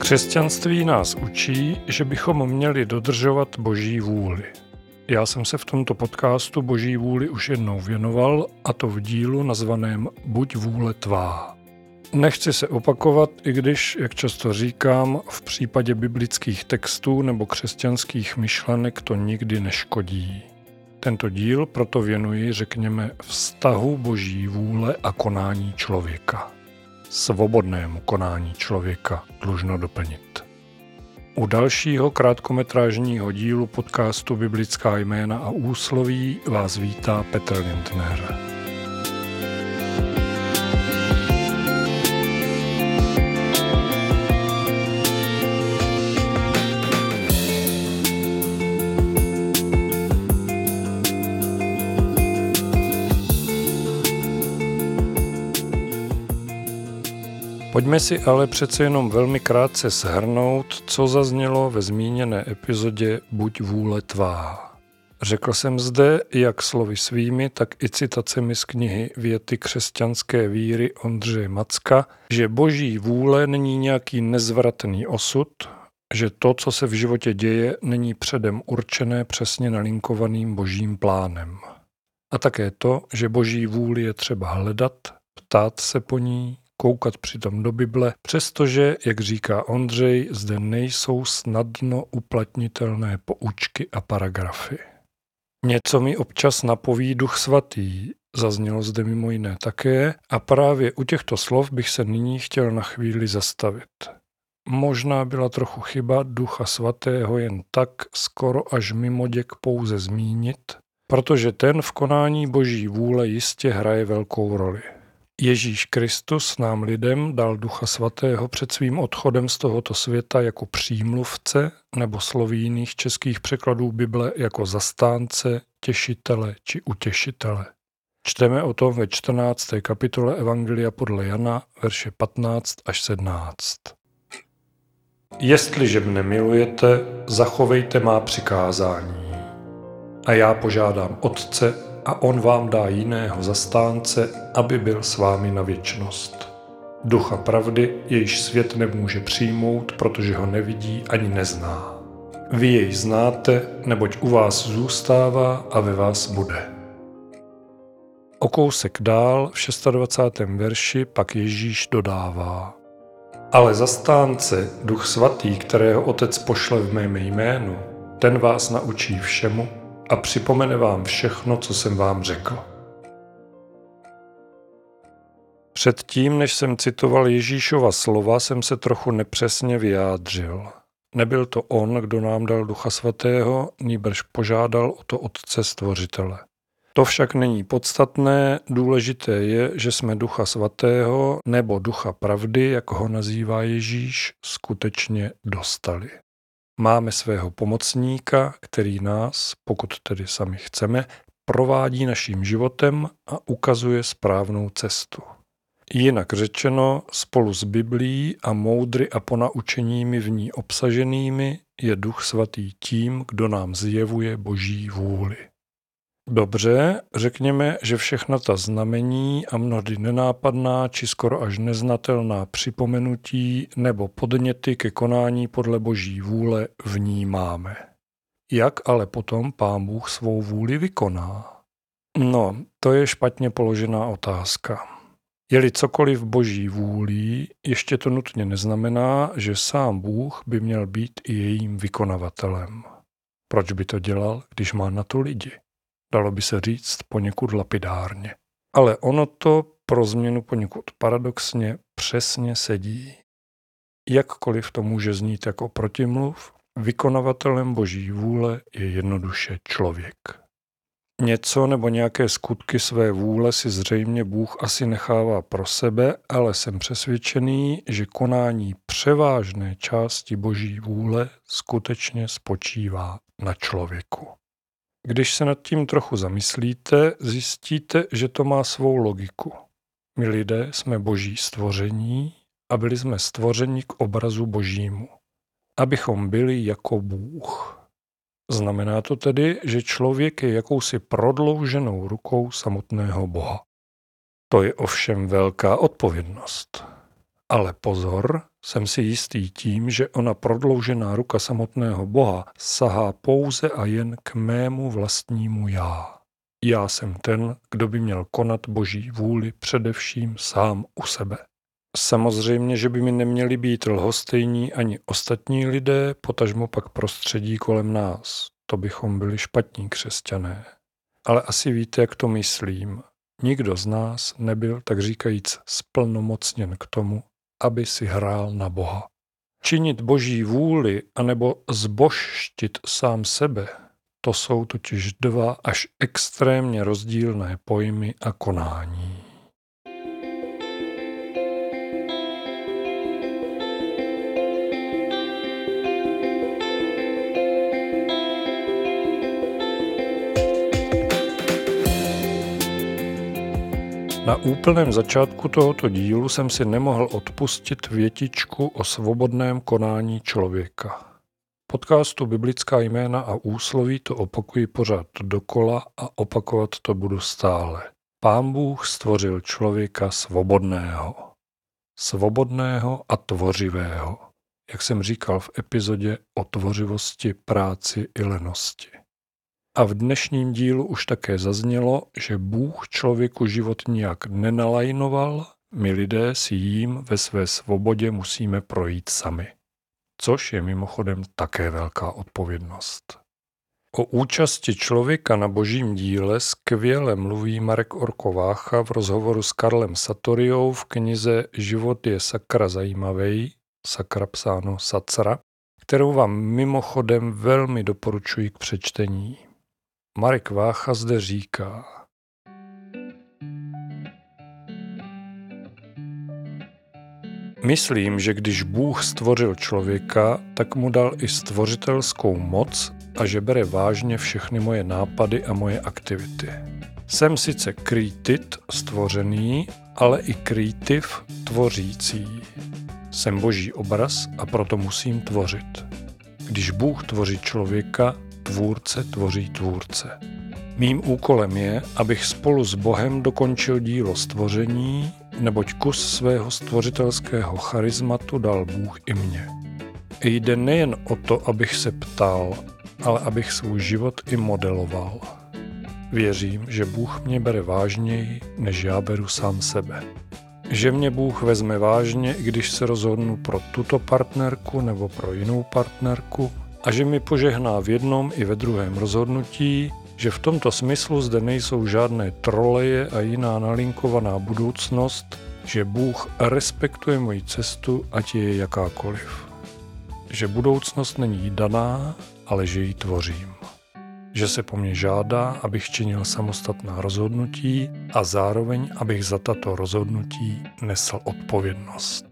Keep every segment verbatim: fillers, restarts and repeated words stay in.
Křesťanství nás učí, že bychom měli dodržovat Boží vůli. Já jsem se v tomto podcastu Boží vůli už jednou věnoval, a to v dílu nazvaném Buď vůle tvá. Nechci se opakovat, i když, jak často říkám, v případě biblických textů nebo křesťanských myšlenek to nikdy neškodí. Tento díl proto věnuji, řekněme, vztahu Boží vůle a konání člověka. Svobodnému konání člověka, dlužno doplnit. U dalšího krátkometrážního dílu podcastu Biblická jména a úsloví vás vítá Petr Lindner. Pojďme si ale přece jenom velmi krátce shrnout, co zaznělo ve zmíněné epizodě Buď vůle tvá. Řekl jsem zde, jak slovy svými, tak i citacemi z knihy Věty křesťanské víry Ondřeje Macka, že Boží vůle není nějaký nezvratný osud, že to, co se v životě děje, není předem určené přesně nalinkovaným Božím plánem. A také to, že Boží vůli je třeba hledat, ptát se po ní, koukat přitom do Bible, přestože, jak říká Ondřej, zde nejsou snadno uplatnitelné poučky a paragrafy. Něco mi občas napoví Duch svatý, zaznělo zde mimo jiné také, a právě u těchto slov bych se nyní chtěl na chvíli zastavit. Možná byla trochu chyba Ducha svatého jen tak skoro až mimoděk pouze zmínit, protože ten v konání Boží vůle jistě hraje velkou roli. Ježíš Kristus nám lidem dal Ducha svatého před svým odchodem z tohoto světa jako přímluvce nebo slovy jiných českých překladů Bible jako zastánce, těšitele či utěšitele. Čteme o tom ve čtrnácté kapitole Evangelia podle Jana, verše patnáct až sedmnáct. Jestliže mne milujete, zachovejte má přikázání. A já požádám Otce, a on vám dá jiného zastánce, aby byl s vámi na věčnost. Ducha pravdy, jejž svět nemůže přijmout, protože ho nevidí ani nezná. Vy jej znáte, neboť u vás zůstává a ve vás bude. O kousek dál v dvacátém šestém verši pak Ježíš dodává: Ale zastánce, Duch svatý, kterého Otec pošle v mém jménu, ten vás naučí všemu a připomene vám všechno, co jsem vám řekl. Předtím, než jsem citoval Ježíšova slova, jsem se trochu nepřesně vyjádřil. Nebyl to on, kdo nám dal Ducha svatého, nýbrž požádal o to Otce Stvořitele. To však není podstatné, důležité je, že jsme Ducha svatého nebo Ducha pravdy, jak ho nazývá Ježíš, skutečně dostali. Máme svého pomocníka, který nás, pokud tedy sami chceme, provádí naším životem a ukazuje správnou cestu. Jinak řečeno, spolu s Biblií a moudry a ponaučeními v ní obsaženými je Duch svatý tím, kdo nám zjevuje Boží vůli. Dobře, řekněme, že všechna ta znamení a mnohdy nenápadná či skoro až neznatelná připomenutí nebo podněty ke konání podle Boží vůle v ní máme. Jak ale potom Pán Bůh svou vůli vykoná? No, to je špatně položená otázka. Je-li cokoliv Boží vůlí, ještě to nutně neznamená, že sám Bůh by měl být i jejím vykonavatelem. Proč by to dělal, když má na to lidi? Dalo by se říct poněkud lapidárně. Ale ono to pro změnu poněkud paradoxně přesně sedí. Jakkoliv to může znít jako protimluv, vykonavatelem Boží vůle je jednoduše člověk. Něco nebo nějaké skutky své vůle si zřejmě Bůh asi nechává pro sebe, ale jsem přesvědčený, že konání převážné části Boží vůle skutečně spočívá na člověku. Když se nad tím trochu zamyslíte, zjistíte, že to má svou logiku. My lidé jsme Boží stvoření a byli jsme stvořeni k obrazu Božímu, abychom byli jako Bůh. Znamená to tedy, že člověk je jakousi prodlouženou rukou samotného Boha. To je ovšem velká odpovědnost. Ale pozor, Jsem si jistý tím, že ona prodloužená ruka samotného Boha sahá pouze a jen k mému vlastnímu já. Já jsem ten, kdo by měl konat Boží vůli především sám u sebe. Samozřejmě, že by mi neměli být lhostejní ani ostatní lidé, potažmo pak prostředí kolem nás. To bychom byli špatní křesťané. Ale asi víte, jak to myslím. Nikdo z nás nebyl, tak říkajíc, splnomocněn k tomu, aby si hrál na Boha. Činit Boží vůli anebo zbožštit sám sebe, to jsou totiž dva až extrémně rozdílné pojmy a konání. Na úplném začátku tohoto dílu jsem si nemohl odpustit větičku o svobodném konání člověka. V podcastu Biblická jména a úsloví to opakuji pořád dokola a opakovat to budu stále. Pán Bůh stvořil člověka svobodného. Svobodného a tvořivého. Jak jsem říkal v epizodě o tvořivosti, práci i lenosti. A v dnešním dílu už také zaznělo, že Bůh člověku život nijak nenalajnoval, my lidé si jím ve své svobodě musíme projít sami. Což je mimochodem také velká odpovědnost. O účasti člověka na Božím díle skvěle mluví Marek Orko Vácha v rozhovoru s Karlem Sartoriou v knize Život je sakra zajímavej, sakra psáno sacra, kterou vám mimochodem velmi doporučuji k přečtení. Marek Vácha zde říká: Myslím, že když Bůh stvořil člověka, tak mu dal i stvořitelskou moc a že bere vážně všechny moje nápady a moje aktivity. Jsem sice krítit, stvořený, ale i krítiv, tvořící. Jsem Boží obraz a proto musím tvořit. Když Bůh tvoří člověka, tvůrce tvoří tvůrce. Mým úkolem je, abych spolu s Bohem dokončil dílo stvoření, neboť kus svého stvořitelského charizmatu dal Bůh i mně. Jde nejen o to, abych se ptal, ale abych svůj život i modeloval. Věřím, že Bůh mě bere vážněji, než já beru sám sebe. Že mě Bůh vezme vážně, i když se rozhodnu pro tuto partnerku nebo pro jinou partnerku, a že mi požehná v jednom i ve druhém rozhodnutí, že v tomto smyslu zde nejsou žádné troleje a jiná nalinkovaná budoucnost, že Bůh respektuje moji cestu, ať je jakákoliv. Že budoucnost není daná, ale že ji tvořím. Že se po mně žádá, abych činil samostatná rozhodnutí a zároveň, abych za tato rozhodnutí nesl odpovědnost.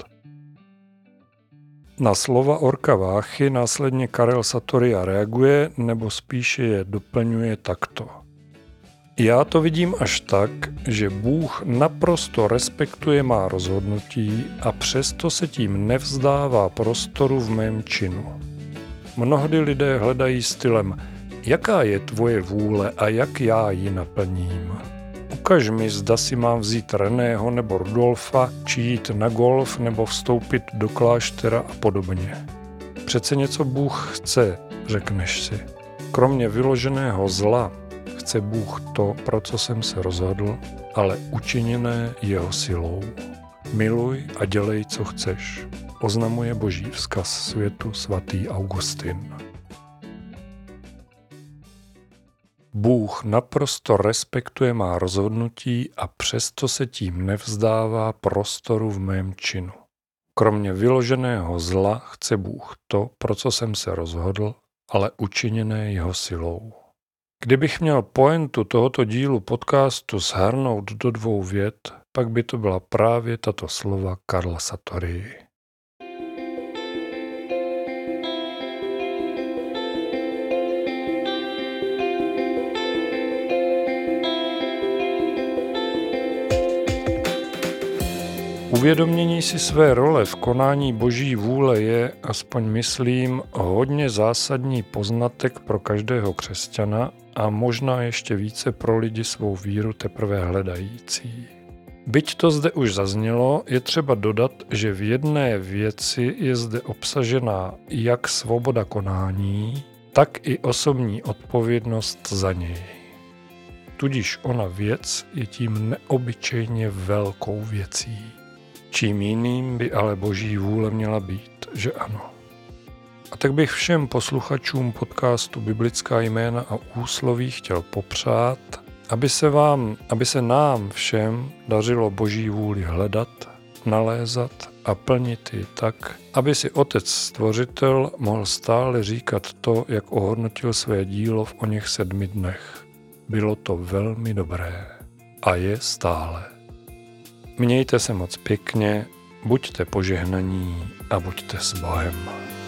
Na slova Orka Váchy následně Karel Sartoria reaguje, nebo spíše je doplňuje takto. Já to vidím až tak, že Bůh naprosto respektuje má rozhodnutí a přesto se tím nevzdává prostoru v mém činu. Mnohdy lidé hledají stylem, jaká je tvoje vůle a jak já ji naplním. Ukaž mi, zda si mám vzít Reného nebo Rudolfa, či jít na golf nebo vstoupit do kláštera a podobně. Přece něco Bůh chce, řekneš si. Kromě vyloženého zla chce Bůh to, pro co jsem se rozhodl, ale učiněné jeho silou. Miluj a dělej, co chceš, oznamuje Boží vzkaz světu svatý Augustin. Bůh naprosto respektuje má rozhodnutí a přesto se tím nevzdává prostoru v mém činu. Kromě vyloženého zla chce Bůh to, pro co jsem se rozhodl, ale učiněné jeho silou. Kdybych měl pointu tohoto dílu podcastu shrnout do dvou vět, pak by to byla právě tato slova Karla Sartorii. Uvědomění si své role v konání Boží vůle je, aspoň myslím, hodně zásadní poznatek pro každého křesťana a možná ještě více pro lidi svou víru teprve hledající. Byť to zde už zaznělo, je třeba dodat, že v jedné věci je zde obsažená jak svoboda konání, tak i osobní odpovědnost za něj. Tudíž ona věc je tím neobyčejně velkou věcí. Čím jiným by ale boží vůle měla být, že ano. A tak bych všem posluchačům podcastu Biblická jména a úsloví chtěl popřát, aby se vám, aby se nám všem dařilo boží vůli hledat, nalézat a plnit ji tak, aby si Otec Stvořitel mohl stále říkat to, jak ohodnotil své dílo v oněch sedmi dnech. Bylo to velmi dobré a je stále. Mějte se moc pěkně, buďte požehnaní a buďte s Bohem.